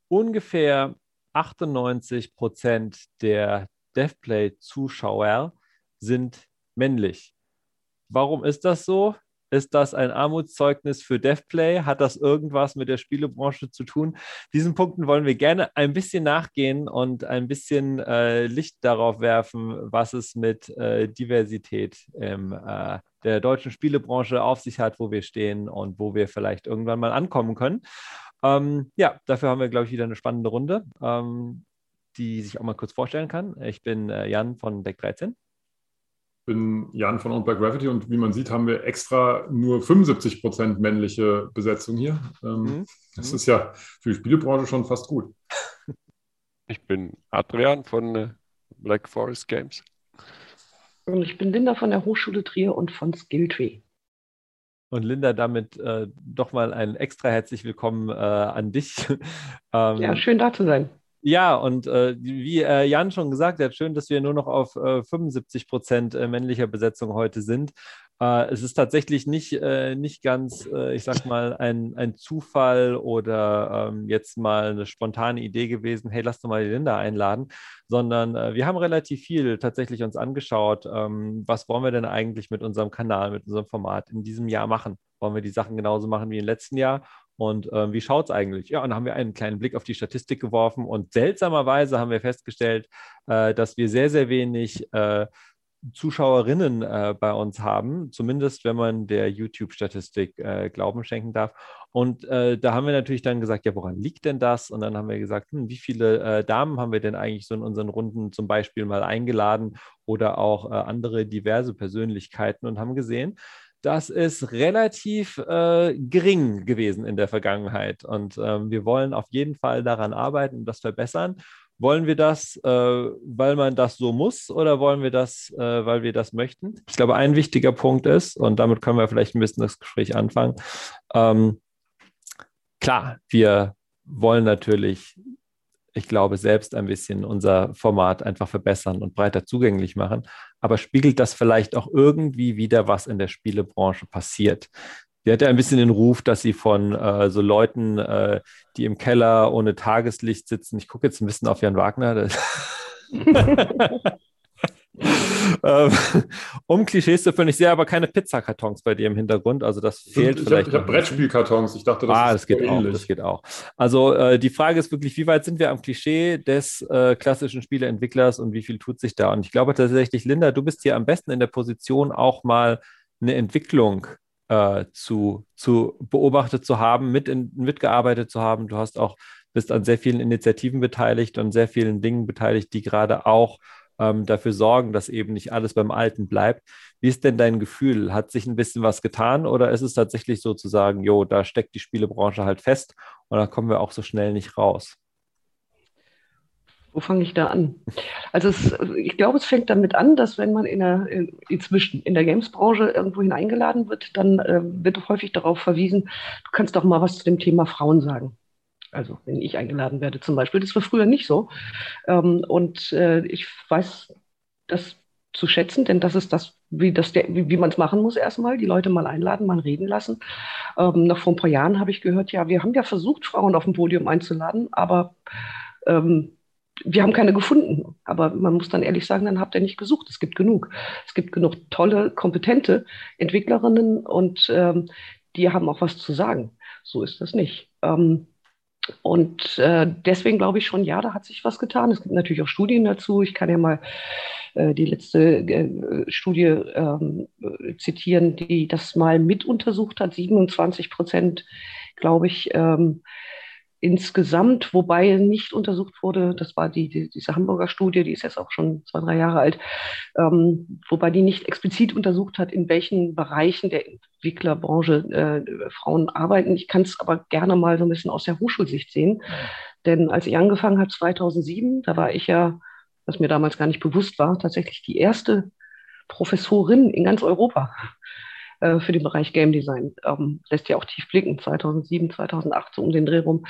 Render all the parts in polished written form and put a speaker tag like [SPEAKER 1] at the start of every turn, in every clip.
[SPEAKER 1] ungefähr 98% der DevPlay-Zuschauer sind männlich. Warum ist das so? Ist das ein Armutszeugnis für DevPlay? Hat das irgendwas mit der Spielebranche zu tun? Diesen Punkten wollen wir gerne ein bisschen nachgehen und ein bisschen Licht darauf werfen, was es mit Diversität der deutschen Spielebranche auf sich hat, wo wir stehen und wo wir vielleicht irgendwann mal ankommen können. Ja, dafür haben wir, glaube ich, wieder eine spannende Runde, die sich auch mal kurz vorstellen kann. Ich bin Jan von Deck 13.
[SPEAKER 2] Bin Jan von Owned by Gravity und wie man sieht, haben wir extra nur 75% männliche Besetzung hier. Das ist ja für die Spielebranche schon fast gut.
[SPEAKER 3] Ich bin Adrian von Black Forest Games.
[SPEAKER 4] Und ich bin Linda von der Hochschule Trier und von Skilltree.
[SPEAKER 1] Und Linda, damit doch mal ein extra herzlich willkommen an dich.
[SPEAKER 4] Ja, schön da zu sein.
[SPEAKER 1] Ja, und wie Jan schon gesagt hat, schön, dass wir nur noch auf 75% männlicher Besetzung heute sind. Es ist tatsächlich nicht ganz, ich sag mal, ein Zufall oder jetzt mal eine spontane Idee gewesen, hey, lass doch mal die Linda einladen, sondern wir haben relativ viel tatsächlich uns angeschaut, was wollen wir denn eigentlich mit unserem Kanal, mit unserem Format in diesem Jahr machen? Wollen wir die Sachen genauso machen wie im letzten Jahr? Und wie schaut es eigentlich? Ja, und dann haben wir einen kleinen Blick auf die Statistik geworfen und seltsamerweise haben wir festgestellt, dass wir sehr, sehr wenig Zuschauerinnen bei uns haben, zumindest wenn man der YouTube-Statistik Glauben schenken darf. Und da haben wir natürlich dann gesagt, ja, woran liegt denn das? Und dann haben wir gesagt, wie viele Damen haben wir denn eigentlich so in unseren Runden zum Beispiel mal eingeladen oder auch andere diverse Persönlichkeiten und haben gesehen, das ist relativ gering gewesen in der Vergangenheit. Und wir wollen auf jeden Fall daran arbeiten und das verbessern. Wollen wir das, weil man das so muss oder wollen wir das, weil wir das möchten? Ich glaube, ein wichtiger Punkt ist, und damit können wir vielleicht ein bisschen das Gespräch anfangen, klar, wir wollen natürlich, ich glaube, selbst ein bisschen unser Format einfach verbessern und breiter zugänglich machen. Aber spiegelt das vielleicht auch irgendwie wieder, was in der Spielebranche passiert? Die hat ja ein bisschen den Ruf, dass sie von so Leuten, die im Keller ohne Tageslicht sitzen, ich gucke jetzt ein bisschen auf Jan Wagner, um Klischees zu führen. Ich sehe aber keine Pizzakartons bei dir im Hintergrund, also das fehlt vielleicht.
[SPEAKER 2] Ich habe Brettspielkartons, ich dachte,
[SPEAKER 1] das geht auch, das geht auch. Also die Frage ist wirklich, wie weit sind wir am Klischee des klassischen Spieleentwicklers und wie viel tut sich da? Und ich glaube tatsächlich, Linda, du bist hier am besten in der Position, auch mal eine Entwicklung zu beobachtet zu haben, mitgearbeitet zu haben. Du bist an sehr vielen Initiativen beteiligt und sehr vielen Dingen beteiligt, die gerade auch dafür sorgen, dass eben nicht alles beim Alten bleibt. Wie ist denn dein Gefühl? Hat sich ein bisschen was getan oder ist es tatsächlich so zu sagen, jo, da steckt die Spielebranche halt fest und da kommen wir auch so schnell nicht raus?
[SPEAKER 4] Wo fange ich da an? Also ich glaube, es fängt damit an, dass wenn man inzwischen in der Games-Branche irgendwohin eingeladen wird, dann wird häufig darauf verwiesen, du kannst doch mal was zu dem Thema Frauen sagen. Also wenn ich eingeladen werde zum Beispiel. Das war früher nicht so. Ich weiß das zu schätzen, denn das ist das, wie man es machen muss erstmal, die Leute mal einladen, mal reden lassen. Noch vor ein paar Jahren habe ich gehört, ja, wir haben ja versucht, Frauen auf dem Podium einzuladen, aber wir haben keine gefunden. Aber man muss dann ehrlich sagen, dann habt ihr nicht gesucht. Es gibt genug. Es gibt genug tolle, kompetente Entwicklerinnen und die haben auch was zu sagen. So ist das nicht. Deswegen glaube ich schon, ja, da hat sich was getan. Es gibt natürlich auch Studien dazu. Ich kann ja mal die letzte Studie zitieren, die das mal mit untersucht hat. 27%, glaube ich, insgesamt, wobei nicht untersucht wurde, das war diese Hamburger Studie, die ist jetzt auch schon 2, 3 Jahre alt, wobei die nicht explizit untersucht hat, in welchen Bereichen der Entwicklerbranche Frauen arbeiten. Ich kann es aber gerne mal so ein bisschen aus der Hochschulsicht sehen, denn als ich angefangen habe 2007, da war ich ja, was mir damals gar nicht bewusst war, tatsächlich die erste Professorin in ganz Europa für den Bereich Game Design. Lässt ja auch tief blicken, 2007, 2008, so um den Dreh rum.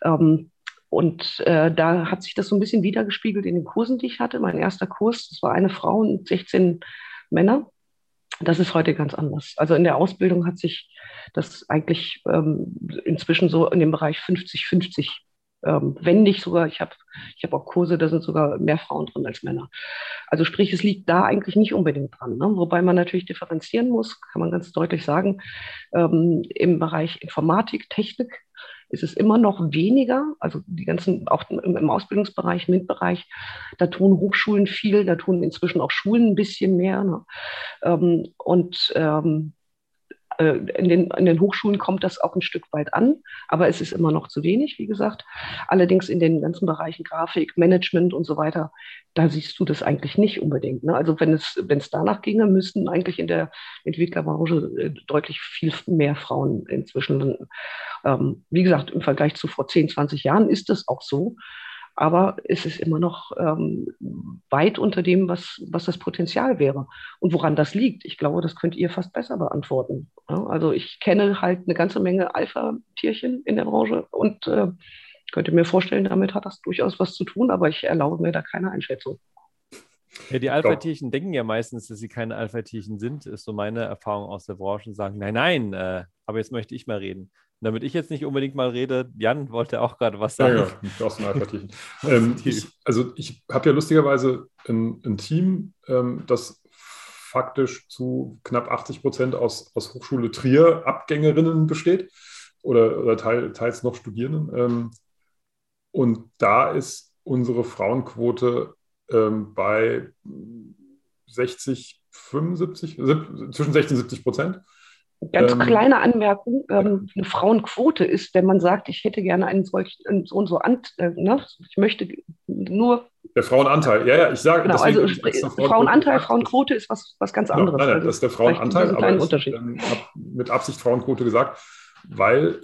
[SPEAKER 4] Da hat sich das so ein bisschen wiedergespiegelt in den Kursen, die ich hatte. Mein erster Kurs, das war eine Frau und 16 Männer. Das ist heute ganz anders. Also in der Ausbildung hat sich das eigentlich inzwischen so in dem Bereich 50-50 Wenn nicht sogar, ich hab auch Kurse, da sind sogar mehr Frauen drin als Männer. Also sprich, es liegt da eigentlich nicht unbedingt dran. Ne? Wobei man natürlich differenzieren muss, kann man ganz deutlich sagen, im Bereich Informatik, Technik ist es immer noch weniger, also die ganzen, auch im Ausbildungsbereich, MINT-Bereich, da tun Hochschulen viel, da tun inzwischen auch Schulen ein bisschen mehr. Ne? Und in den Hochschulen kommt das auch ein Stück weit an, aber es ist immer noch zu wenig, wie gesagt. Allerdings in den ganzen Bereichen Grafik, Management und so weiter, da siehst du das eigentlich nicht unbedingt. Ne? Also wenn es danach ginge, müssten eigentlich in der Entwicklerbranche deutlich viel mehr Frauen inzwischen landen. Wie gesagt, im Vergleich zu vor 10, 20 Jahren ist das auch so. Aber es ist immer noch weit unter dem, was das Potenzial wäre. Und woran das liegt, ich glaube, das könnt ihr fast besser beantworten. Ja, also ich kenne halt eine ganze Menge Alpha-Tierchen in der Branche und könnte mir vorstellen, damit hat das durchaus was zu tun, aber ich erlaube mir da keine Einschätzung.
[SPEAKER 1] Ja, die Alpha-Tierchen denken ja meistens, dass sie keine Alpha-Tierchen sind, ist so meine Erfahrung aus der Branche und sagen, nein, nein, aber jetzt möchte ich mal reden. Und damit ich jetzt nicht unbedingt mal rede, Jan wollte auch gerade was sagen.
[SPEAKER 2] Ja, ich bin auch so ein Alpha-Tierchen. ich habe ja lustigerweise ein Team, das faktisch zu knapp 80% aus Hochschule Trier Abgängerinnen besteht oder teils noch Studierenden. Und da ist unsere Frauenquote bei 60, 75, zwischen 60 und 70%.
[SPEAKER 4] Ganz kleine Anmerkung, eine Frauenquote ist, wenn man sagt, ich hätte gerne einen solchen, so und so, ne? Ich möchte nur.
[SPEAKER 2] Der Frauenanteil, ja, ich sage,
[SPEAKER 4] genau, also Frauenanteil, Frauenquote ist was ganz anderes.
[SPEAKER 2] Nein, das ist der Frauenanteil, aber ich
[SPEAKER 4] habe
[SPEAKER 2] mit Absicht Frauenquote gesagt, weil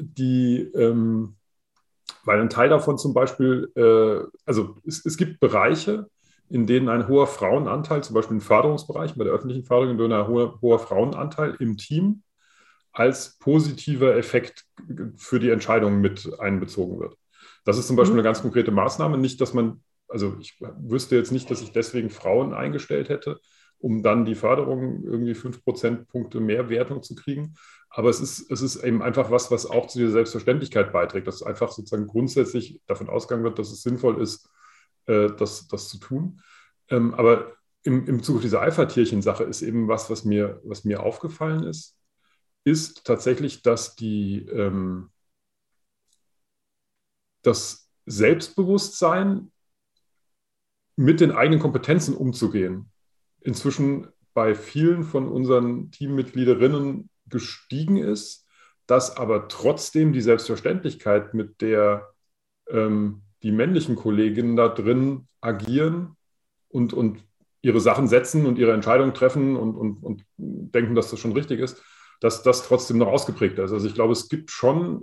[SPEAKER 2] ein Teil davon zum Beispiel, also es gibt Bereiche, in denen ein hoher Frauenanteil, zum Beispiel im Förderungsbereich, bei der öffentlichen Förderung, in denen ein hoher Frauenanteil im Team als positiver Effekt für die Entscheidung mit einbezogen wird. Das ist zum Beispiel eine ganz konkrete Maßnahme. Nicht, dass also ich wüsste jetzt nicht, dass ich deswegen Frauen eingestellt hätte, um dann die Förderung irgendwie 5 Prozentpunkte mehr Wertung zu kriegen. Aber es ist eben einfach was auch zu dieser Selbstverständlichkeit beiträgt, dass einfach sozusagen grundsätzlich davon ausgegangen wird, dass es sinnvoll ist, das zu tun. Aber im Zuge dieser Alpha-Tierchen-Sache ist eben was mir aufgefallen ist tatsächlich, dass das Selbstbewusstsein, mit den eigenen Kompetenzen umzugehen, inzwischen bei vielen von unseren Teammitgliederinnen gestiegen ist, dass aber trotzdem die Selbstverständlichkeit, mit der die männlichen Kolleginnen da drin agieren und ihre Sachen setzen und ihre Entscheidungen treffen und denken, dass das schon richtig ist, dass das trotzdem noch ausgeprägt ist. Also ich glaube, es gibt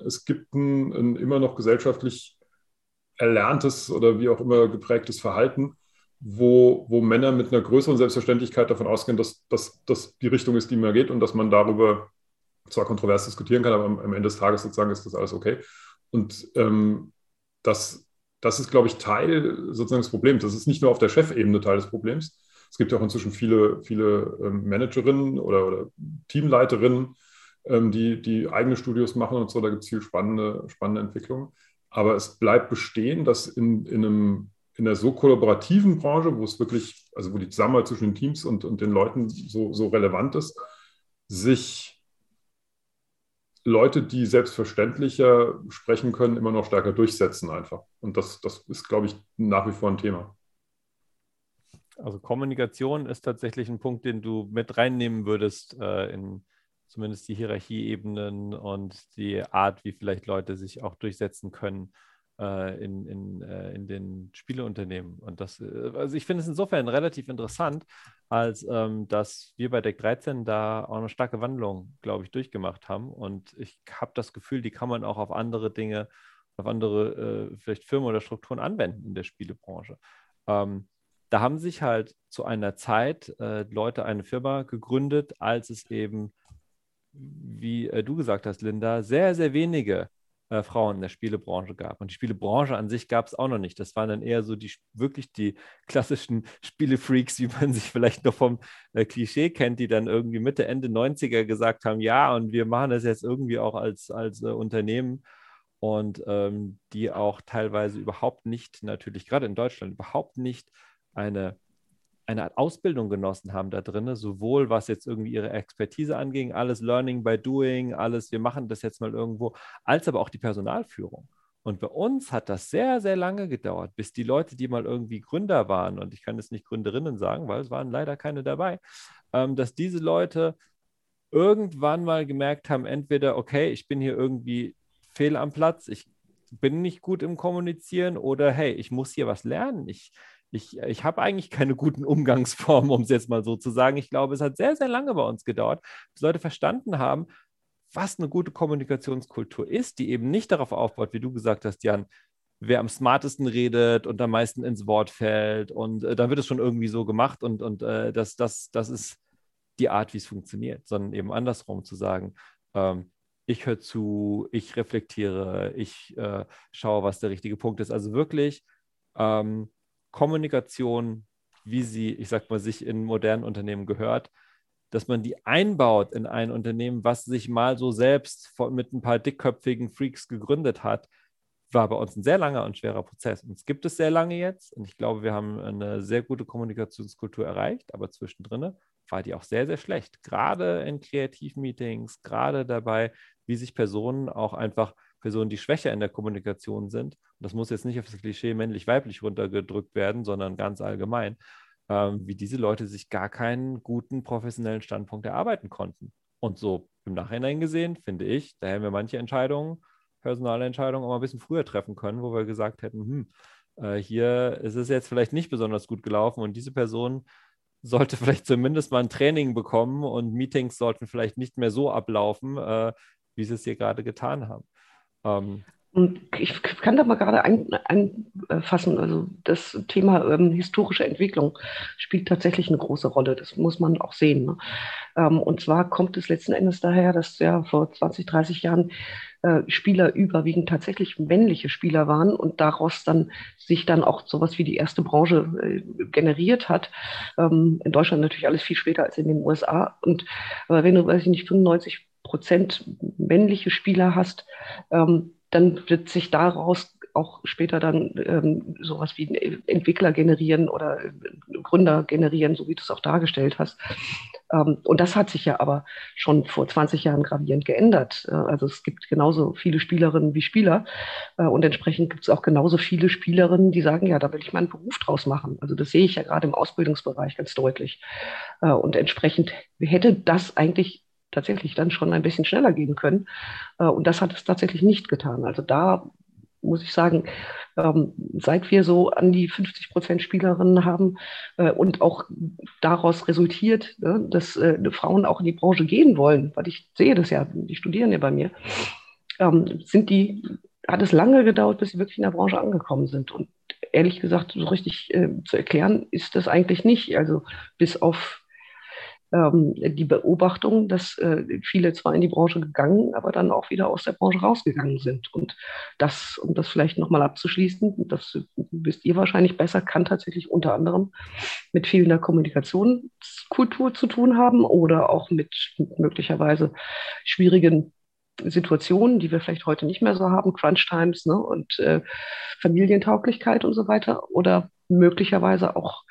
[SPEAKER 2] ein immer noch gesellschaftlich erlerntes oder wie auch immer geprägtes Verhalten, wo Männer mit einer größeren Selbstverständlichkeit davon ausgehen, dass das die Richtung ist, die man geht und dass man darüber zwar kontrovers diskutieren kann, aber am Ende des Tages sozusagen ist das alles okay. Und das ist, glaube ich, Teil sozusagen des Problems. Das ist nicht nur auf der Chefebene Teil des Problems. Es gibt ja auch inzwischen viele Managerinnen oder Teamleiterinnen, die eigene Studios machen und so. Da gibt es viel spannende Entwicklungen. Aber es bleibt bestehen, dass in einer so kollaborativen Branche, wo es wirklich, also wo die Zusammenarbeit zwischen den Teams und den Leuten so relevant ist, sich Leute, die selbstverständlicher sprechen können, immer noch stärker durchsetzen einfach. Und das ist, glaube ich, nach wie vor ein Thema.
[SPEAKER 1] Also Kommunikation ist tatsächlich ein Punkt, den du mit reinnehmen würdest in zumindest die Hierarchieebenen und die Art, wie vielleicht Leute sich auch durchsetzen können in den Spieleunternehmen. Und also ich finde es insofern relativ interessant, als dass wir bei Deck 13 da auch eine starke Wandlung, glaube ich, durchgemacht haben. Und ich habe das Gefühl, die kann man auch auf andere Dinge, auf andere vielleicht Firmen oder Strukturen anwenden in der Spielebranche. Da haben sich halt zu einer Zeit Leute eine Firma gegründet, als es eben, wie du gesagt hast, Linda, sehr, sehr wenige Frauen in der Spielebranche gab. Und die Spielebranche an sich gab es auch noch nicht. Das waren dann eher so wirklich die klassischen Spielefreaks, wie man sich vielleicht noch vom Klischee kennt, die dann irgendwie Mitte, Ende 90er gesagt haben, ja, und wir machen das jetzt irgendwie auch als Unternehmen. und die auch teilweise überhaupt nicht, natürlich gerade in Deutschland, überhaupt nicht eine Art Ausbildung genossen haben da drin, sowohl was jetzt irgendwie ihre Expertise anging, alles Learning by Doing, alles, wir machen das jetzt mal irgendwo, als aber auch die Personalführung. Und bei uns hat das sehr, sehr lange gedauert, bis die Leute, die mal irgendwie Gründer waren, und ich kann jetzt nicht Gründerinnen sagen, weil es waren leider keine dabei, dass diese Leute irgendwann mal gemerkt haben, entweder, okay, ich bin hier irgendwie fehl am Platz, ich bin nicht gut im Kommunizieren oder hey, ich muss hier was lernen. Ich habe eigentlich keine guten Umgangsformen, um es jetzt mal so zu sagen. Ich glaube, es hat sehr, sehr lange bei uns gedauert, bis Leute verstanden haben, was eine gute Kommunikationskultur ist, die eben nicht darauf aufbaut, wie du gesagt hast, Jan, wer am smartesten redet und am meisten ins Wort fällt und dann wird es schon irgendwie so gemacht und das ist die Art, wie es funktioniert, sondern eben andersrum zu sagen, ich höre zu, ich reflektiere, ich schaue, was der richtige Punkt ist. Also wirklich Kommunikation, wie sie, ich sag mal, sich in modernen Unternehmen gehört, dass man die einbaut in ein Unternehmen, was sich mal so selbst mit ein paar dickköpfigen Freaks gegründet hat, war bei uns ein sehr langer und schwerer Prozess. Und es gibt es sehr lange jetzt. Und ich glaube, wir haben eine sehr gute Kommunikationskultur erreicht, aber zwischendrin war die auch sehr, sehr schlecht. Gerade in Kreativmeetings, gerade dabei, wie sich Personen auch einfach, Personen, die schwächer in der Kommunikation sind, und das muss jetzt nicht auf das Klischee männlich-weiblich runtergedrückt werden, sondern ganz allgemein, wie diese Leute sich gar keinen guten professionellen Standpunkt erarbeiten konnten. Und so im Nachhinein gesehen, finde ich, da hätten wir manche Entscheidungen, Personalentscheidungen auch mal ein bisschen früher treffen können, wo wir gesagt hätten, hier ist es jetzt vielleicht nicht besonders gut gelaufen und diese Person sollte vielleicht zumindest mal ein Training bekommen und Meetings sollten vielleicht nicht mehr so ablaufen, wie sie es hier gerade getan haben.
[SPEAKER 4] Und ich kann da mal gerade einfassen, also das Thema historische Entwicklung spielt tatsächlich eine große Rolle, das muss man auch sehen. Ne? Und zwar kommt es letzten Endes daher, dass ja vor 20, 30 Jahren Spieler überwiegend tatsächlich männliche Spieler waren und daraus dann sich dann auch sowas wie die erste Branche generiert hat. In Deutschland natürlich alles viel später als in den USA. Aber wenn du, weiß ich nicht, 95% männliche Spieler hast, dann wird sich daraus auch später dann sowas wie Entwickler generieren oder Gründer generieren, so wie du es auch dargestellt hast. Und das hat sich ja aber schon vor 20 Jahren gravierend geändert. Also es gibt genauso viele Spielerinnen wie Spieler und entsprechend gibt es auch genauso viele Spielerinnen, die sagen, ja, da will ich meinen Beruf draus machen. Also das sehe ich ja gerade im Ausbildungsbereich ganz deutlich. Und entsprechend hätte das eigentlich tatsächlich dann schon ein bisschen schneller gehen können. Und das hat es tatsächlich nicht getan. Also da muss ich sagen, seit wir so an die 50% Spielerinnen haben und auch daraus resultiert, dass Frauen auch in die Branche gehen wollen, weil ich sehe das ja, die studieren ja bei mir, hat es lange gedauert, bis sie wirklich in der Branche angekommen sind. Und ehrlich gesagt, so richtig zu erklären ist das eigentlich nicht. Also bis auf die Beobachtung, dass viele zwar in die Branche gegangen, aber dann auch wieder aus der Branche rausgegangen sind. Und das, um das vielleicht nochmal abzuschließen, das wisst ihr wahrscheinlich besser, kann tatsächlich unter anderem mit fehlender Kommunikationskultur zu tun haben oder auch mit möglicherweise schwierigen Situationen, die wir vielleicht heute nicht mehr so haben, Crunch Times, ne, und Familientauglichkeit und so weiter, oder möglicherweise auch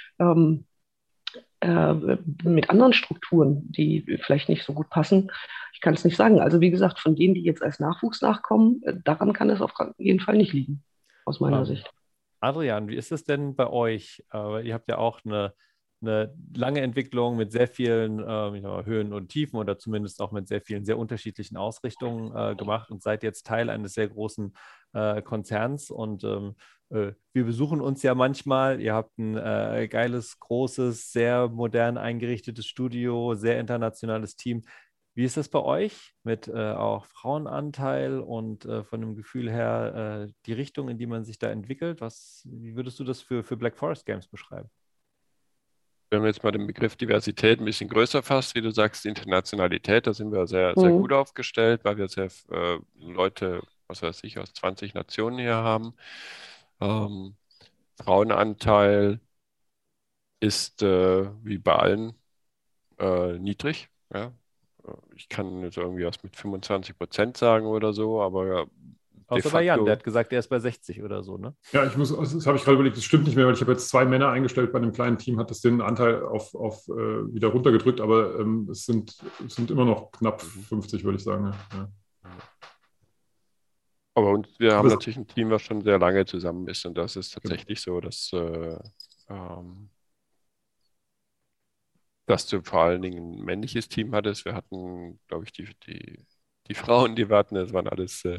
[SPEAKER 4] mit anderen Strukturen, die vielleicht nicht so gut passen. Ich kann es nicht sagen. Also wie gesagt, von denen, die jetzt als Nachwuchs nachkommen, daran kann es auf jeden Fall nicht liegen, aus meiner Sicht.
[SPEAKER 1] Adrian, wie ist es denn bei euch? Ihr habt ja auch eine lange Entwicklung mit sehr vielen Höhen und Tiefen oder zumindest auch mit sehr vielen, sehr unterschiedlichen Ausrichtungen gemacht und seid jetzt Teil eines sehr großen Konzerns. Und wir besuchen uns ja manchmal. Ihr habt ein geiles, großes, sehr modern eingerichtetes Studio, sehr internationales Team. Wie ist das bei euch mit auch Frauenanteil und von dem Gefühl her die Richtung, in die man sich da entwickelt? Wie würdest du das für Black Forest Games beschreiben?
[SPEAKER 3] Wenn man jetzt mal den Begriff Diversität ein bisschen größer fasst, wie du sagst, Internationalität, da sind wir sehr, sehr gut aufgestellt, weil wir sehr Leute, was weiß ich, aus 20 Nationen hier haben. Frauenanteil ist wie bei allen niedrig. Ja? Ich kann jetzt irgendwie was mit 25% sagen oder so, aber
[SPEAKER 1] Außer bei Jan, der hat gesagt, er ist bei 60 oder so, ne?
[SPEAKER 2] Ja, das habe ich gerade überlegt, das stimmt nicht mehr, weil ich habe jetzt 2 Männer eingestellt bei einem kleinen Team, hat das den Anteil auf wieder runtergedrückt, aber es sind immer noch knapp 50, würde ich sagen. Ja.
[SPEAKER 3] Aber wir haben natürlich ein Team, was schon sehr lange zusammen ist, und das ist tatsächlich so, dass du vor allen Dingen ein männliches Team hattest. Wir hatten, glaube ich, die Frauen, die wir hatten, das waren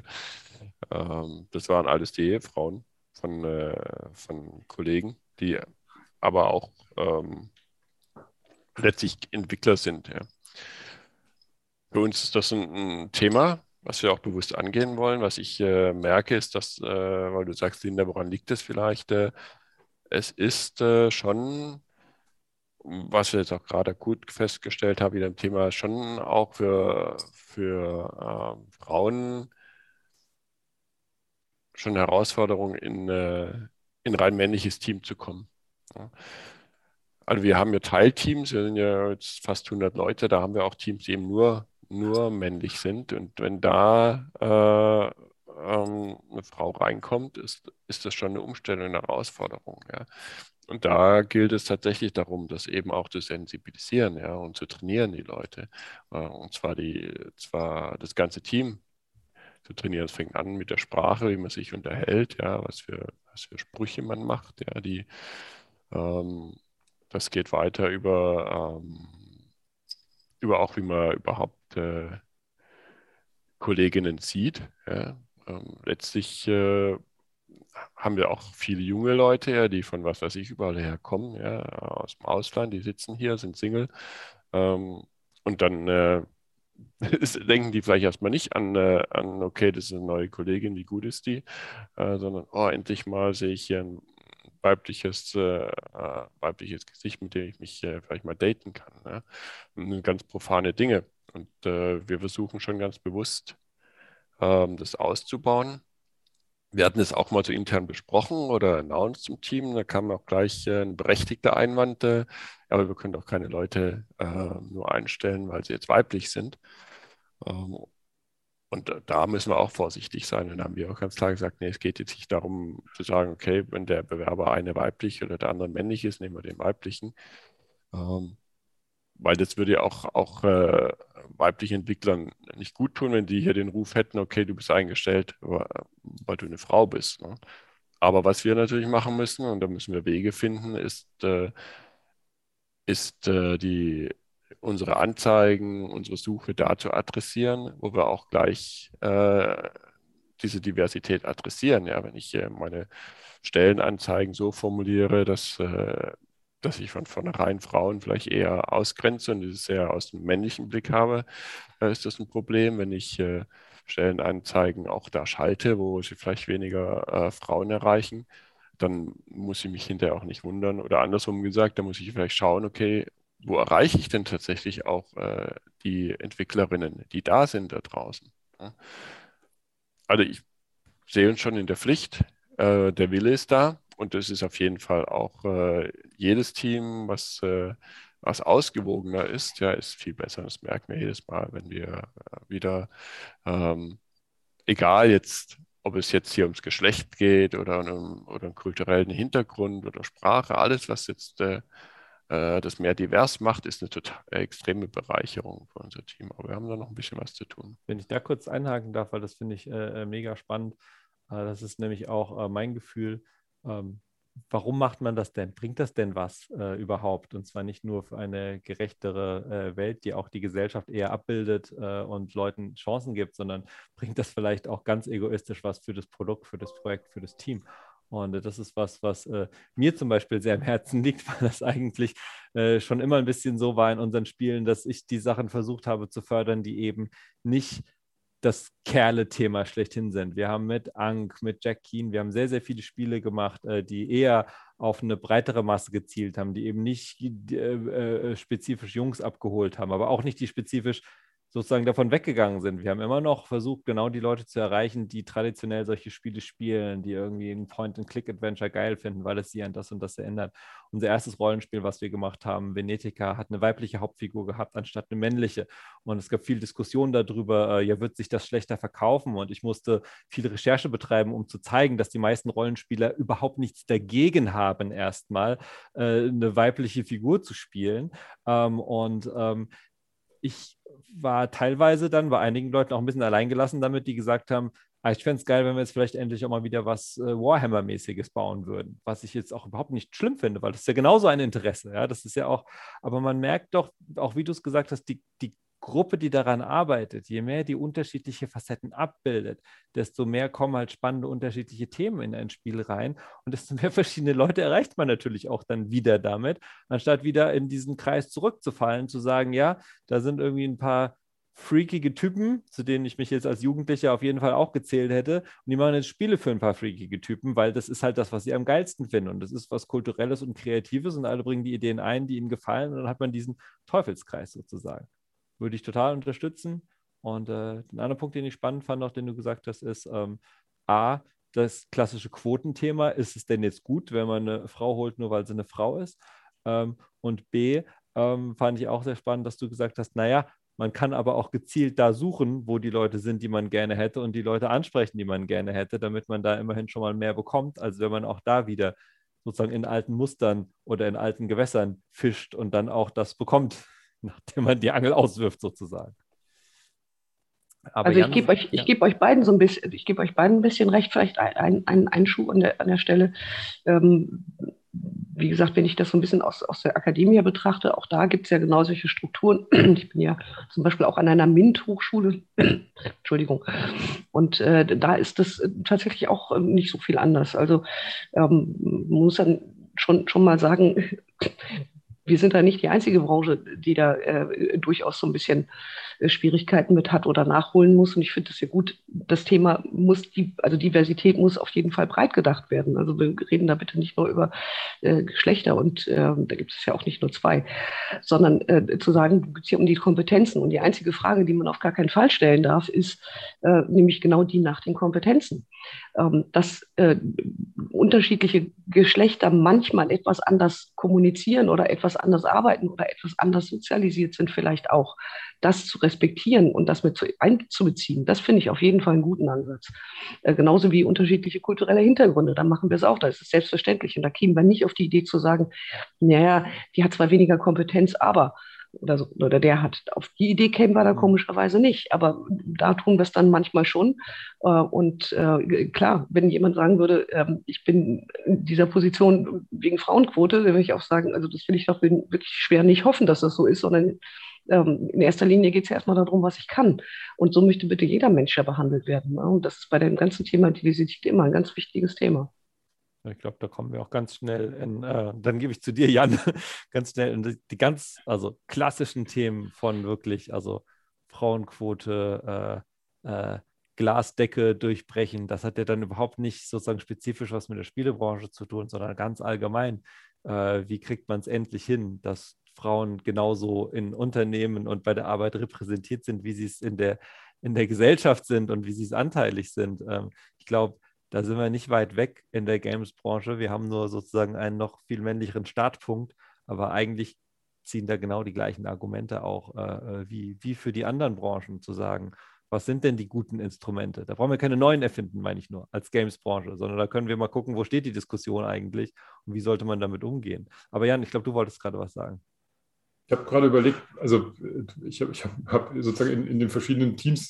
[SPEAKER 3] alles die Ehefrauen von Kollegen, die aber auch letztlich Entwickler sind. Ja. Für uns ist das ein Thema, was wir auch bewusst angehen wollen. Was ich merke, ist, dass, weil du sagst, Linda, woran liegt es vielleicht? Es ist schon, was wir jetzt auch gerade gut festgestellt haben, wieder ein Thema, schon auch für Frauen schon eine Herausforderung, in ein rein männliches Team zu kommen. Ja. Also wir haben ja Teilteams, wir sind ja jetzt fast 100 Leute, da haben wir auch Teams, die eben nur männlich sind. Und wenn da eine Frau reinkommt, ist das schon eine Umstellung, eine Herausforderung. Ja. Und da gilt es tatsächlich darum, das eben auch zu sensibilisieren, ja, und zu trainieren, die Leute. Und zwar das ganze Team zu trainieren. Es fängt an mit der Sprache, wie man sich unterhält, ja, was für Sprüche man macht, ja, das geht weiter über auch, wie man überhaupt Kolleginnen sieht. Ja. Letztlich haben wir auch viele junge Leute, ja, die von was weiß ich überall herkommen, ja, aus dem Ausland, die sitzen hier, sind Single. Und dann denken die vielleicht erstmal nicht an, okay, das ist eine neue Kollegin, wie gut ist die, sondern, oh, endlich mal sehe ich hier ein weibliches Gesicht, mit dem ich mich vielleicht mal daten kann. Ne? Und ganz profane Dinge. Und wir versuchen schon ganz bewusst, das auszubauen. Wir hatten es auch mal so intern besprochen oder announced im Team. Da kam auch gleich ein berechtigter Einwand. Aber wir können doch keine Leute nur einstellen, weil sie jetzt weiblich sind. Und da müssen wir auch vorsichtig sein. Und da haben wir auch ganz klar gesagt, nee, es geht jetzt nicht darum zu sagen, okay, wenn der Bewerber eine weiblich oder der andere männlich ist, nehmen wir den weiblichen. Weil das würde ja auch weiblichen Entwicklern nicht gut tun, wenn die hier den Ruf hätten, okay, du bist eingestellt, weil du eine Frau bist. Ne? Aber was wir natürlich machen müssen, und da müssen wir Wege finden, ist unsere Anzeigen, unsere Suche da zu adressieren, wo wir auch gleich diese Diversität adressieren. Ja, wenn ich meine Stellenanzeigen so formuliere, dass ich von vornherein Frauen vielleicht eher ausgrenze und dieses sehr aus dem männlichen Blick habe, ist das ein Problem. Wenn ich Stellenanzeigen auch da schalte, wo sie vielleicht weniger Frauen erreichen, dann muss ich mich hinterher auch nicht wundern. Oder andersrum gesagt, da muss ich vielleicht schauen, okay, wo erreiche ich denn tatsächlich auch die Entwicklerinnen, die da sind da draußen? Ja. Also ich sehe uns schon in der Pflicht, der Wille ist da und es ist auf jeden Fall auch jedes Team, was ausgewogener ist, ja, ist viel besser. Das merken wir jedes Mal, wenn wir wieder, egal jetzt, ob es jetzt hier ums Geschlecht geht oder einen kulturellen Hintergrund oder Sprache, alles, was jetzt das mehr divers macht, ist eine total extreme Bereicherung für unser Team. Aber wir haben da noch ein bisschen was zu tun.
[SPEAKER 1] Wenn ich da kurz einhaken darf, weil das finde ich mega spannend. Das ist nämlich auch mein Gefühl. Warum macht man das denn? Bringt das denn was überhaupt? Und zwar nicht nur für eine gerechtere Welt, die auch die Gesellschaft eher abbildet und Leuten Chancen gibt, sondern bringt das vielleicht auch ganz egoistisch was für das Produkt, für das Projekt, für das Team? Und das ist was mir zum Beispiel sehr am Herzen liegt, weil das eigentlich schon immer ein bisschen so war in unseren Spielen, dass ich die Sachen versucht habe zu fördern, die eben nicht das Kerle-Thema schlechthin sind. Wir haben mit Ank, mit Jack Keen, wir haben sehr, sehr viele Spiele gemacht, die eher auf eine breitere Masse gezielt haben, die eben nicht spezifisch Jungs abgeholt haben, aber auch nicht die spezifisch sozusagen davon weggegangen sind. Wir haben immer noch versucht, genau die Leute zu erreichen, die traditionell solche Spiele spielen, die irgendwie ein Point-and-Click-Adventure geil finden, weil es sie an das und das erinnert. Unser erstes Rollenspiel, was wir gemacht haben, Venetica, hat eine weibliche Hauptfigur gehabt, anstatt eine männliche. Und es gab viel Diskussion darüber, ja, wird sich das schlechter verkaufen? Und ich musste viel Recherche betreiben, um zu zeigen, dass die meisten Rollenspieler überhaupt nichts dagegen haben, erstmal eine weibliche Figur zu spielen. Ich war teilweise dann bei einigen Leuten auch ein bisschen alleingelassen damit, die gesagt haben, ich fände es geil, wenn wir jetzt vielleicht endlich auch mal wieder was Warhammer-mäßiges bauen würden, was ich jetzt auch überhaupt nicht schlimm finde, weil das ist ja genauso ein Interesse. Ja? Das ist ja auch, aber man merkt doch, auch wie du es gesagt hast, die Gruppe, die daran arbeitet, je mehr die unterschiedliche Facetten abbildet, desto mehr kommen halt spannende unterschiedliche Themen in ein Spiel rein und desto mehr verschiedene Leute erreicht man natürlich auch dann wieder damit, anstatt wieder in diesen Kreis zurückzufallen, zu sagen, ja, da sind irgendwie ein paar freakige Typen, zu denen ich mich jetzt als Jugendlicher auf jeden Fall auch gezählt hätte, und die machen jetzt Spiele für ein paar freakige Typen, weil das ist halt das, was sie am geilsten finden und das ist was Kulturelles und Kreatives und alle bringen die Ideen ein, die ihnen gefallen und dann hat man diesen Teufelskreis sozusagen. Würde ich total unterstützen. Und den anderen Punkt, den ich spannend fand, auch den du gesagt hast, ist A, das klassische Quotenthema. Ist es denn jetzt gut, wenn man eine Frau holt, nur weil sie eine Frau ist? Und B, fand ich auch sehr spannend, dass du gesagt hast, naja, man kann aber auch gezielt da suchen, wo die Leute sind, die man gerne hätte und die Leute ansprechen, die man gerne hätte, damit man da immerhin schon mal mehr bekommt, als wenn man auch da wieder sozusagen in alten Mustern oder in alten Gewässern fischt und dann auch das bekommt, nachdem man die Angel auswirft, sozusagen. Aber
[SPEAKER 4] also ich gebe euch beiden ein bisschen recht, vielleicht ein Schuh an der Stelle. Wie gesagt, wenn ich das so ein bisschen aus der Akademie betrachte, auch da gibt es ja genau solche Strukturen. Ich bin ja zum Beispiel auch an einer MINT-Hochschule, Entschuldigung, und da ist das tatsächlich auch nicht so viel anders. Also man muss dann schon mal sagen, wir sind da nicht die einzige Branche, die da durchaus so ein bisschen Schwierigkeiten mit hat oder nachholen muss. Und ich finde das ja gut. Das Thema also Diversität muss auf jeden Fall breit gedacht werden. Also wir reden da bitte nicht nur über Geschlechter und da gibt es ja auch nicht nur zwei, sondern zu sagen, es geht hier um die Kompetenzen. Und die einzige Frage, die man auf gar keinen Fall stellen darf, ist nämlich genau die nach den Kompetenzen. Dass unterschiedliche Geschlechter manchmal etwas anders kommunizieren oder etwas anders arbeiten oder etwas anders sozialisiert sind vielleicht auch. Das zu respektieren und das mit einzubeziehen, das finde ich auf jeden Fall einen guten Ansatz. Genauso wie unterschiedliche kulturelle Hintergründe, da machen wir es auch, da ist es selbstverständlich. Und da kämen wir nicht auf die Idee zu sagen, naja, die hat zwar weniger Kompetenz, aber oder so, oder der hat. Auf die Idee kämen wir da komischerweise nicht, aber da tun wir es dann manchmal schon. Und klar, wenn jemand sagen würde, ich bin in dieser Position wegen Frauenquote, dann würde ich auch sagen, also das will ich doch wirklich schwer nicht hoffen, dass das so ist, sondern in erster Linie geht es ja erstmal darum, was ich kann. Und so möchte bitte jeder Mensch ja behandelt werden. Ne? Und das ist bei dem ganzen Thema Diversität immer ein ganz wichtiges Thema.
[SPEAKER 1] Ich glaube, da kommen wir auch ganz schnell dann gebe ich zu dir, Jan, ganz schnell in die ganz klassischen Themen von wirklich, also Frauenquote, Glasdecke durchbrechen. Das hat ja dann überhaupt nicht sozusagen spezifisch was mit der Spielebranche zu tun, sondern ganz allgemein. Wie kriegt man es endlich hin, dass Frauen genauso in Unternehmen und bei der Arbeit repräsentiert sind, wie sie es in der Gesellschaft sind und wie sie es anteilig sind. Ich glaube, da sind wir nicht weit weg in der Games-Branche. Wir haben nur sozusagen einen noch viel männlicheren Startpunkt, aber eigentlich ziehen da genau die gleichen Argumente auch wie für die anderen Branchen zu sagen, was sind denn die guten Instrumente? Da brauchen wir keine neuen erfinden, meine ich nur, als Games-Branche, sondern da können wir mal gucken, wo steht die Diskussion eigentlich und wie sollte man damit umgehen. Aber Jan, ich glaube, du wolltest gerade was sagen.
[SPEAKER 2] Ich habe gerade überlegt, also ich hab sozusagen in den verschiedenen Teams,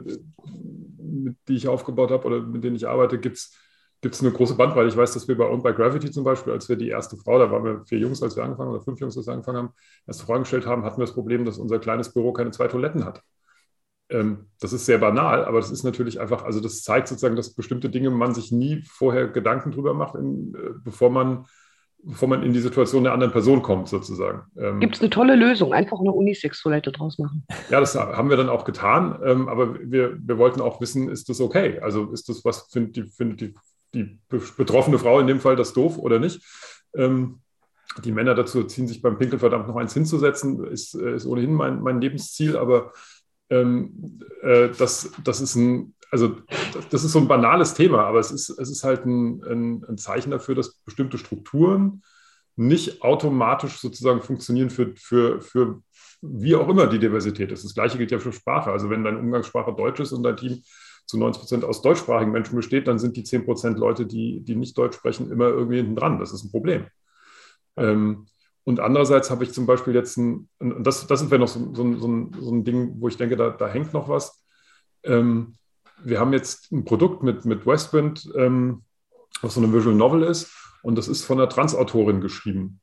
[SPEAKER 2] die ich aufgebaut habe oder mit denen ich arbeite, gibt es eine große Bandbreite. Ich weiß, dass wir bei Gravity zum Beispiel, als wir die erste Frau, da waren wir 4 Jungs, als wir angefangen haben, oder 5 Jungs, als wir angefangen haben, erste Frau gestellt haben, hatten wir das Problem, dass unser kleines Büro keine 2 Toiletten hat. Das ist sehr banal, aber das ist natürlich einfach, also das zeigt sozusagen, dass bestimmte Dinge man sich nie vorher Gedanken drüber macht, bevor man in die Situation der anderen Person kommt, sozusagen.
[SPEAKER 4] Gibt es eine tolle Lösung, einfach eine Unisex-Toilette draus machen.
[SPEAKER 2] Ja, das haben wir dann auch getan, aber wir wollten auch wissen, ist das okay? Also ist das was, findet die betroffene Frau in dem Fall das doof oder nicht? Die Männer dazu ziehen sich beim Pinkeln verdammt noch eins hinzusetzen, ist ohnehin mein Lebensziel, aber das ist das ist so ein banales Thema, aber es ist halt ein Zeichen dafür, dass bestimmte Strukturen nicht automatisch sozusagen funktionieren für wie auch immer die Diversität ist. Das Gleiche gilt ja für Sprache. Also wenn deine Umgangssprache Deutsch ist und dein Team zu 90% aus deutschsprachigen Menschen besteht, dann sind die 10% Leute, die nicht Deutsch sprechen, immer irgendwie hinten dran. Das ist ein Problem. Und andererseits habe ich zum Beispiel jetzt und das wäre noch so ein Ding, wo ich denke, da hängt noch was. Wir haben jetzt ein Produkt mit Westwind, was so eine Visual Novel ist, und das ist von einer Trans-Autorin geschrieben,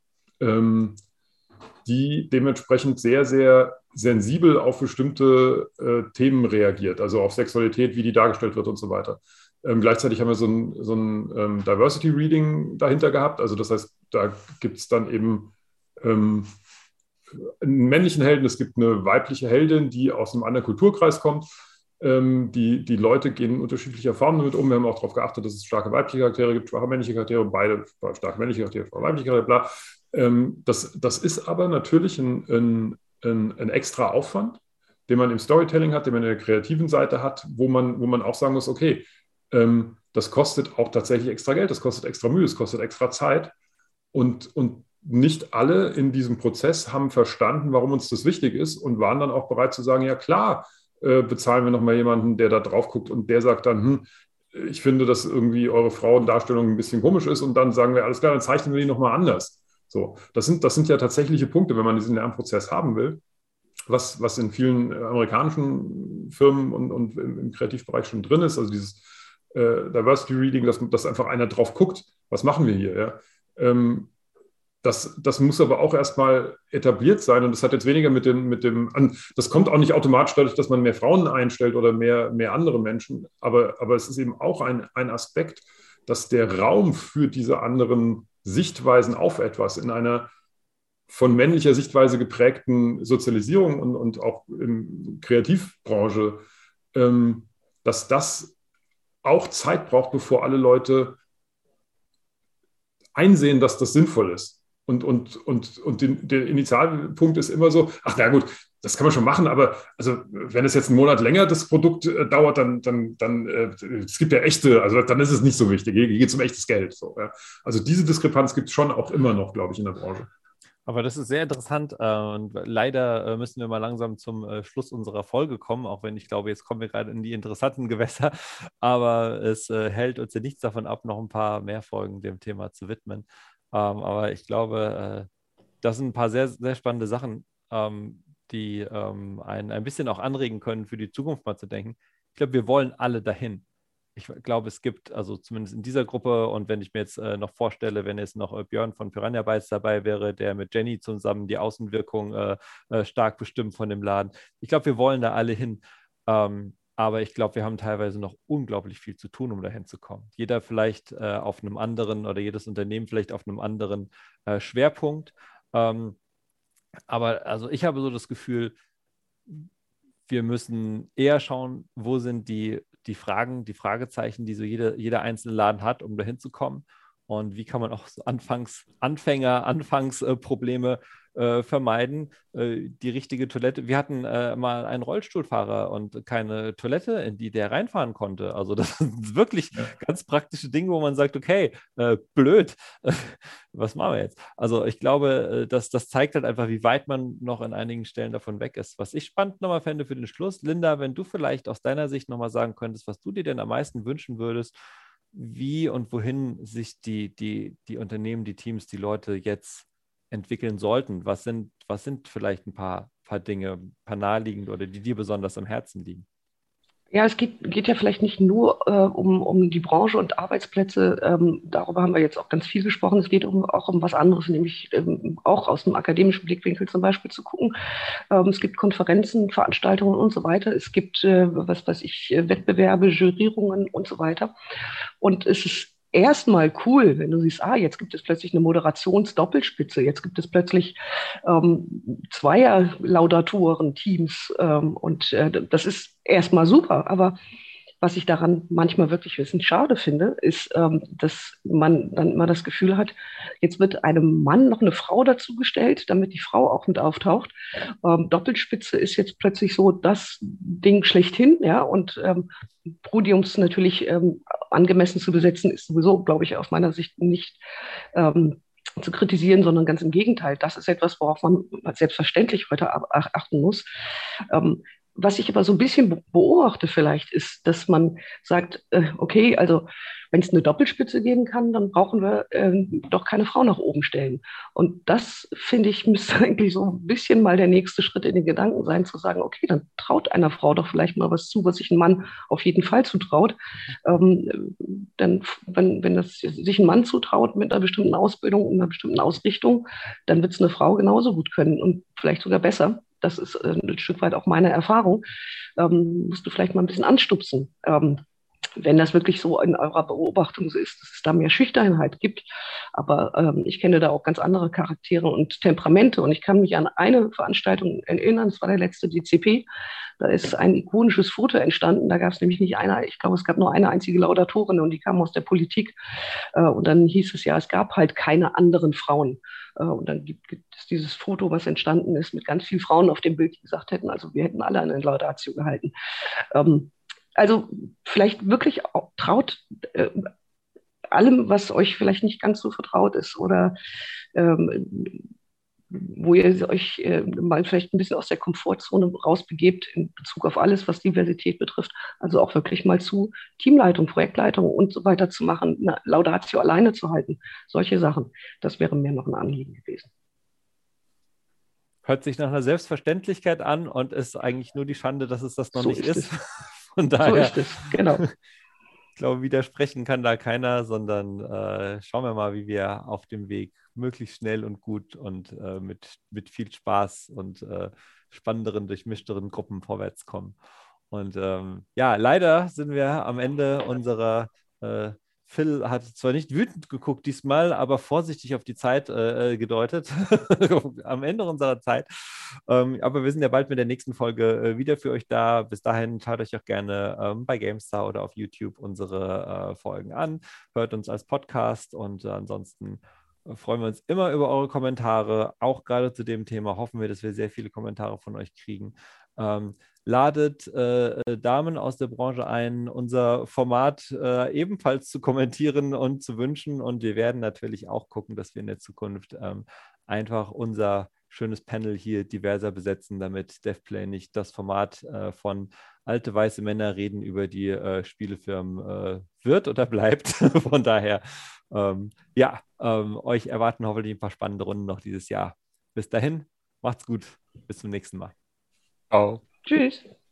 [SPEAKER 2] die dementsprechend sehr, sehr sensibel auf bestimmte Themen reagiert, also auf Sexualität, wie die dargestellt wird und so weiter. Gleichzeitig haben wir so ein Diversity Reading dahinter gehabt, also das heißt, da gibt es dann eben einen männlichen Helden, es gibt eine weibliche Heldin, die aus einem anderen Kulturkreis kommt. Die Leute gehen in unterschiedlicher Form damit um. Wir haben auch darauf geachtet, dass es starke weibliche Charaktere gibt, schwache männliche Charaktere, beide starke männliche Charaktere, schwache weibliche Charaktere, bla. Das ist aber natürlich ein extra Aufwand, den man im Storytelling hat, den man in der kreativen Seite hat, wo man auch sagen muss, okay, das kostet auch tatsächlich extra Geld, das kostet extra Mühe, das kostet extra Zeit. Und nicht alle in diesem Prozess haben verstanden, warum uns das wichtig ist und waren dann auch bereit zu sagen, ja klar, bezahlen wir nochmal jemanden, der da drauf guckt und der sagt dann, ich finde, dass irgendwie eure Frauendarstellung ein bisschen komisch ist, und dann sagen wir, alles klar, dann zeichnen wir die nochmal anders. So, das sind ja tatsächliche Punkte, wenn man diesen Lernprozess haben will, was in vielen amerikanischen Firmen und im Kreativbereich schon drin ist, also dieses Diversity Reading, dass einfach einer drauf guckt, was machen wir hier, ja? Das muss aber auch erstmal etabliert sein, und das hat jetzt weniger das kommt auch nicht automatisch dadurch, dass man mehr Frauen einstellt oder mehr andere Menschen, aber es ist eben auch ein Aspekt, dass der Raum für diese anderen Sichtweisen auf etwas in einer von männlicher Sichtweise geprägten Sozialisierung und auch in Kreativbranche, dass das auch Zeit braucht, bevor alle Leute einsehen, dass das sinnvoll ist. Und der Initialpunkt ist immer so, ach na gut, das kann man schon machen, aber also wenn es jetzt einen Monat länger das Produkt dauert, dann es gibt ja echte, also dann ist es nicht so wichtig, hier geht es um echtes Geld. So, ja. Also diese Diskrepanz gibt es schon auch immer noch, glaube ich, in der Branche.
[SPEAKER 1] Aber das ist sehr interessant, und leider müssen wir mal langsam zum Schluss unserer Folge kommen, auch wenn ich glaube, jetzt kommen wir gerade in die interessanten Gewässer, aber es hält uns ja nichts davon ab, noch ein paar mehr Folgen dem Thema zu widmen. Aber ich glaube, das sind ein paar sehr, sehr spannende Sachen, die einen ein bisschen auch anregen können, für die Zukunft mal zu denken. Ich glaube, wir wollen alle dahin. Ich glaube, es gibt, also zumindest in dieser Gruppe, und wenn ich mir jetzt noch vorstelle, wenn jetzt noch Björn von Piranha Bytes dabei wäre, der mit Jenny zusammen die Außenwirkung stark bestimmt von dem Laden. Ich glaube, wir wollen da alle hin. Aber ich glaube, wir haben teilweise noch unglaublich viel zu tun, um dahin zu kommen. Jeder vielleicht auf einem anderen, oder jedes Unternehmen vielleicht auf einem anderen Schwerpunkt. Aber also ich habe so das Gefühl, wir müssen eher schauen, wo sind die Fragen, die Fragezeichen, die so jeder einzelne Laden hat, um dahin zu kommen. Und wie kann man auch so Anfangsprobleme vermeiden? Die richtige Toilette. Wir hatten mal einen Rollstuhlfahrer und keine Toilette, in die der reinfahren konnte. Also das sind wirklich ganz praktische Dinge, wo man sagt, okay, blöd, was machen wir jetzt? Also ich glaube, das zeigt halt einfach, wie weit man noch an einigen Stellen davon weg ist. Was ich spannend nochmal fände für den Schluss, Linda, wenn du vielleicht aus deiner Sicht nochmal sagen könntest, was du dir denn am meisten wünschen würdest, wie und wohin sich die Unternehmen, die Teams, die Leute jetzt entwickeln sollten. Was sind vielleicht ein paar Dinge, ein paar naheliegend oder die dir besonders am Herzen liegen?
[SPEAKER 4] Ja, es geht ja vielleicht nicht nur um die Branche und Arbeitsplätze. Darüber haben wir jetzt auch ganz viel gesprochen. Es geht auch um was anderes, nämlich auch aus dem akademischen Blickwinkel zum Beispiel zu gucken. Es gibt Konferenzen, Veranstaltungen und so weiter. Es gibt, Wettbewerbe, Jurierungen und so weiter. Und es ist erstmal cool, wenn du siehst, jetzt gibt es plötzlich eine Moderationsdoppelspitze, jetzt gibt es plötzlich Zweier-Laudatoren-Teams, und das ist erstmal super, aber Was ich daran manchmal wirklich ein bisschen schade finde, ist, dass man dann immer das Gefühl hat, jetzt wird einem Mann noch eine Frau dazugestellt, damit die Frau auch mit auftaucht. Doppelspitze ist jetzt plötzlich so das Ding schlechthin, ja, und Podiums natürlich angemessen zu besetzen, ist sowieso, glaube ich, aus meiner Sicht nicht zu kritisieren, sondern ganz im Gegenteil. Das ist etwas, worauf man selbstverständlich heute achten muss. Was ich aber so ein bisschen beobachte vielleicht, ist, dass man sagt, okay, also wenn es eine Doppelspitze geben kann, dann brauchen wir doch keine Frau nach oben stellen. Und das, finde ich, müsste eigentlich so ein bisschen mal der nächste Schritt in den Gedanken sein, zu sagen, okay, dann traut einer Frau doch vielleicht mal was zu, was sich ein Mann auf jeden Fall zutraut. Denn wenn das sich ein Mann zutraut mit einer bestimmten Ausbildung und einer bestimmten Ausrichtung, dann wird es eine Frau genauso gut können und vielleicht sogar besser. Das ist ein Stück weit auch meine Erfahrung. Musst du vielleicht mal ein bisschen anstupsen. Wenn das wirklich so in eurer Beobachtung so ist, dass es da mehr Schüchternheit gibt. Aber ich kenne da auch ganz andere Charaktere und Temperamente. Und ich kann mich an eine Veranstaltung erinnern, das war der letzte DCP. Da ist ein ikonisches Foto entstanden. Da gab es nämlich nicht einer, ich glaube, es gab nur eine einzige Laudatorin und die kam aus der Politik. Und dann hieß es ja, es gab halt keine anderen Frauen. Und dann gibt es dieses Foto, was entstanden ist, mit ganz vielen Frauen auf dem Bild, die gesagt hätten, also wir hätten alle eine Laudatio gehalten. Also vielleicht wirklich auch traut allem, was euch vielleicht nicht ganz so vertraut ist oder wo ihr euch mal vielleicht ein bisschen aus der Komfortzone rausbegebt in Bezug auf alles, was Diversität betrifft. Also auch wirklich mal zu Teamleitung, Projektleitung und so weiter zu machen, eine Laudatio alleine zu halten. Solche Sachen. Das wäre mir noch ein Anliegen gewesen.
[SPEAKER 1] Hört sich nach einer Selbstverständlichkeit an und ist eigentlich nur die Schande, dass es das noch
[SPEAKER 4] So
[SPEAKER 1] nicht
[SPEAKER 4] ist
[SPEAKER 1] ist.
[SPEAKER 4] es.
[SPEAKER 1] Von daher,
[SPEAKER 4] So ist es, genau.
[SPEAKER 1] ich glaube, widersprechen kann da keiner, sondern schauen wir mal, wie wir auf dem Weg möglichst schnell und gut und mit viel Spaß und spannenderen, durchmischteren Gruppen vorwärts kommen. Und ja, leider sind wir am Ende unserer Phil hat zwar nicht wütend geguckt diesmal, aber vorsichtig auf die Zeit gedeutet. Am Ende unserer Zeit. Aber wir sind ja bald mit der nächsten Folge wieder für euch da. Bis dahin schaut euch auch gerne bei GameStar oder auf YouTube unsere Folgen an. Hört uns als Podcast und ansonsten freuen wir uns immer über eure Kommentare. Auch gerade zu dem Thema hoffen wir, dass wir sehr viele Kommentare von euch kriegen. Ladet Damen aus der Branche ein, unser Format ebenfalls zu kommentieren und zu wünschen. Und wir werden natürlich auch gucken, dass wir in der Zukunft einfach unser schönes Panel hier diverser besetzen, damit DevPlay nicht das Format von alte weiße Männer reden über die Spielefirmen wird oder bleibt. Von daher, euch erwarten hoffentlich ein paar spannende Runden noch dieses Jahr. Bis dahin, macht's gut. Bis zum nächsten Mal.
[SPEAKER 3] Ciao.
[SPEAKER 4] Tschüss.